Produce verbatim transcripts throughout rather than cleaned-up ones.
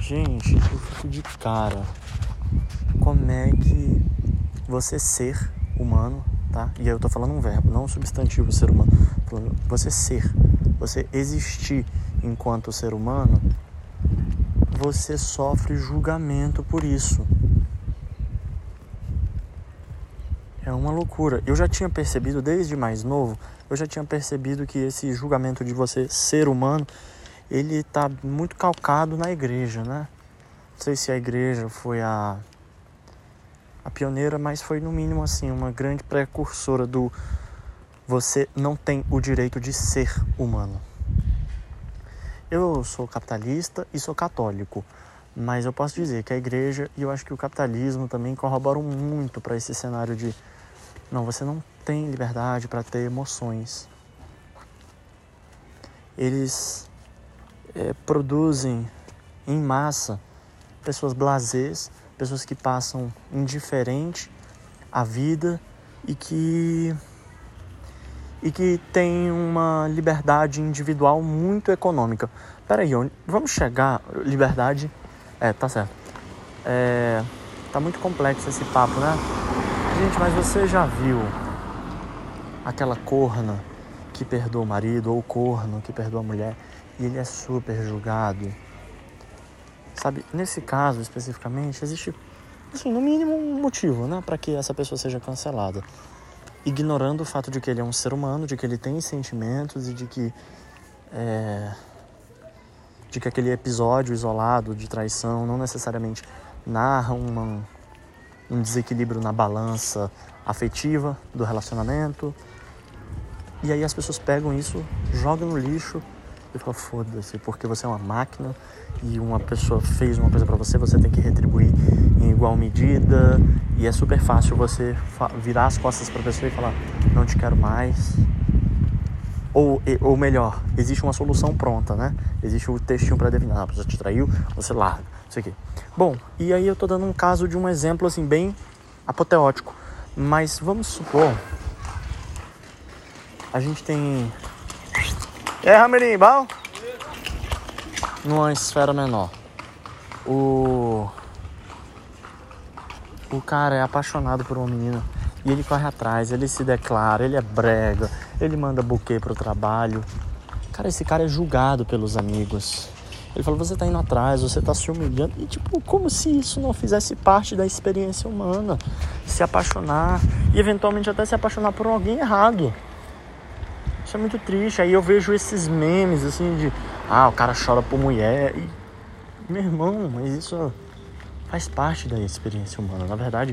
Gente, eu fico de cara. Como é que você ser humano, tá? E aí eu tô falando um verbo, não um substantivo ser humano. Você ser, você existir enquanto ser humano, você sofre julgamento por isso. É uma loucura. Eu já tinha percebido desde mais novo, eu já tinha percebido que esse julgamento de você ser humano, ele tá muito calcado na igreja, né? Não sei se a igreja foi a, a pioneira, mas foi no mínimo assim, uma grande precursora do você não tem o direito de ser humano. Eu sou capitalista e sou católico, mas eu posso dizer que a igreja e eu acho que o capitalismo também corroboram muito para esse cenário de não, você não tem liberdade para ter emoções. Eles é, produzem em massa pessoas blasés, pessoas que passam indiferente à vida e que e que tem uma liberdade individual muito econômica. Peraí, vamos chegar... Liberdade... É, tá certo. É, tá muito complexo esse papo, né? Gente, mas você já viu aquela corna que perdoa o marido ou o corno que perdoa a mulher e ele é super julgado? Sabe, nesse caso especificamente, existe, assim, no mínimo um motivo, né, para que essa pessoa seja cancelada. Ignorando o fato de que ele é um ser humano, de que ele tem sentimentos e de que é, de que aquele episódio isolado de traição não necessariamente narra uma, um desequilíbrio na balança afetiva do relacionamento. E aí as pessoas pegam isso, jogam no lixo e falam, foda-se, porque você é uma máquina e uma pessoa fez uma coisa pra você, você tem que retribuir em igual medida. E é super fácil você virar as costas pra pessoa e falar, não te quero mais. Ou, ou melhor, existe uma solução pronta, né? Existe o textinho pra definir, ah, a pessoa te traiu, você larga, isso aqui. Bom, e aí eu tô dando um caso de um exemplo assim bem apoteótico. Mas vamos supor, a gente tem... É, Ramirinho, bom? Numa esfera menor. O... O cara é apaixonado por uma menina e ele corre atrás, ele se declara, ele é brega, ele manda buquê pro trabalho. Cara, esse cara é julgado pelos amigos. Ele fala, você tá indo atrás, você tá se humilhando. E tipo, como se isso não fizesse parte da experiência humana. Se apaixonar e eventualmente até se apaixonar por alguém errado. Isso é muito triste. Aí eu vejo esses memes assim de, ah, o cara chora por mulher. E, meu irmão, mas isso faz parte da experiência humana. Na verdade,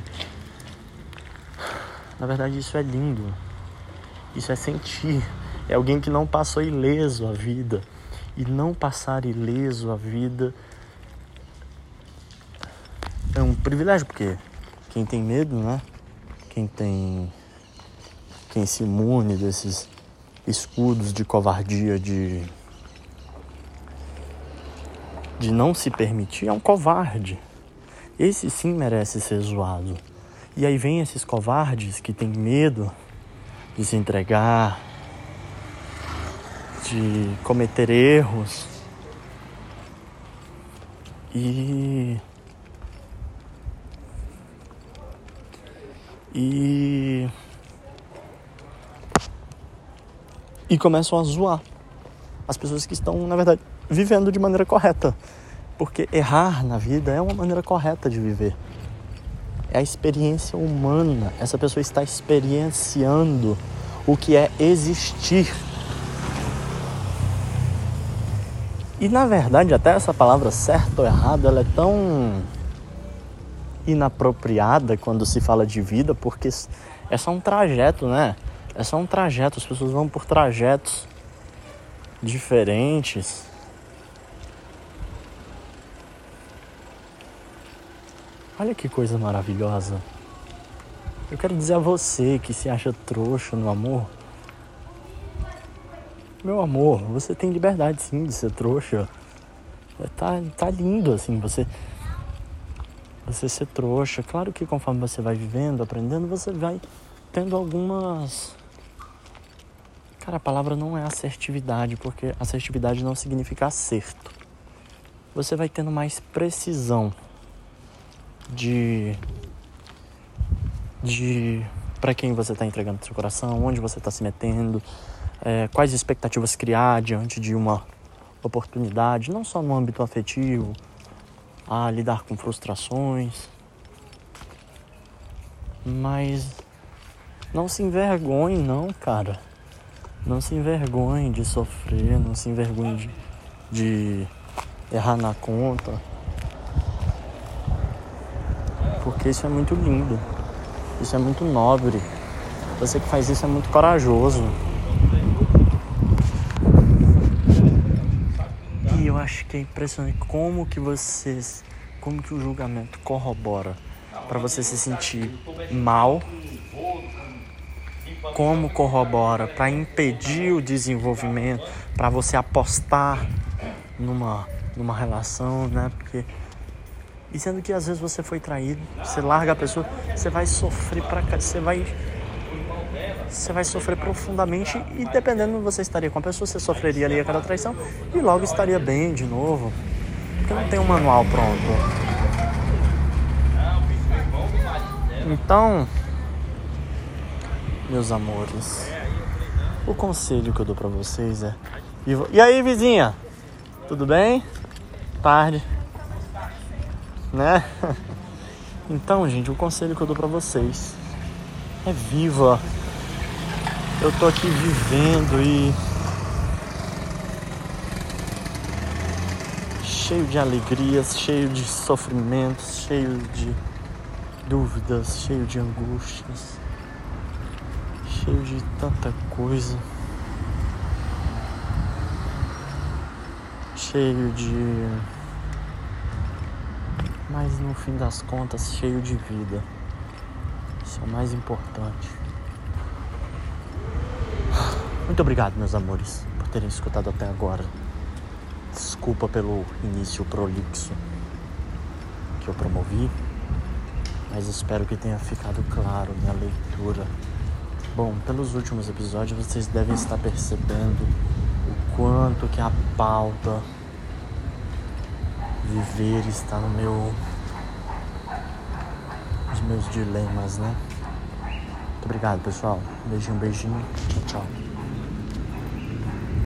na verdade isso é lindo. Isso é sentir. É alguém que não passou ileso a vida. E não passar ileso a vida é um privilégio, porque quem tem medo, né? Quem tem... Quem se imune desses escudos de covardia, de... de não se permitir, é um covarde. Esse sim merece ser zoado. E aí vem esses covardes que têm medo de se entregar, de cometer erros e e e começam a zoar as pessoas que estão, na verdade, vivendo de maneira correta, porque errar na vida é uma maneira correta de viver. É a experiência humana. Essa pessoa está experienciando o que é existir. E, na verdade, até essa palavra certo ou errado, ela é tão inapropriada quando se fala de vida, porque é só um trajeto, né? É só um trajeto, as pessoas vão por trajetos diferentes. Olha que coisa maravilhosa. Eu quero dizer a você que se acha trouxa no amor, meu amor, você tem liberdade sim de ser trouxa. Tá, tá lindo assim, você, você ser trouxa. Claro que conforme você vai vivendo, aprendendo, você vai tendo algumas... Cara, a palavra não é assertividade, porque assertividade não significa acerto. você vai tendo mais precisão de, de para quem você está entregando seu coração, onde você está se metendo, é, quais expectativas criar diante de uma oportunidade, não só no âmbito afetivo, a lidar com frustrações, mas não se envergonhe não, cara. Não se envergonhe de sofrer, não se envergonhe de, de errar na conta. Porque isso é muito lindo, isso é muito nobre. Você que faz isso é muito corajoso. E eu acho que é impressionante como que vocês, como que o julgamento corrobora para você se sentir mal, como corrobora para impedir o desenvolvimento, para você apostar numa, numa relação, né? Porque, e sendo que às vezes você foi traído, você larga a pessoa, você vai sofrer pra cá, você vai, você vai sofrer profundamente e dependendo você estaria com a pessoa, você sofreria ali a cada traição e logo estaria bem de novo, porque não tem um manual pronto. Então, meus amores, o conselho que eu dou pra vocês é... E aí, vizinha? Tudo bem? Tarde. Né? Então, gente, o conselho que eu dou pra vocês é viva. Eu tô aqui vivendo e... cheio de alegrias, cheio de sofrimentos, cheio de dúvidas, cheio de angústias, cheio de tanta coisa, cheio de... mas no fim das contas, cheio de vida. Isso é o mais importante. Muito obrigado, meus amores, por terem escutado até agora. Desculpa pelo início prolixo que eu promovi, mas espero que tenha ficado claro minha leitura. Bom, pelos últimos episódios vocês devem estar percebendo o quanto que a pauta viver está no meu, nos meus dilemas, né? Muito obrigado, pessoal. Beijinho, beijinho. Tchau, tchau.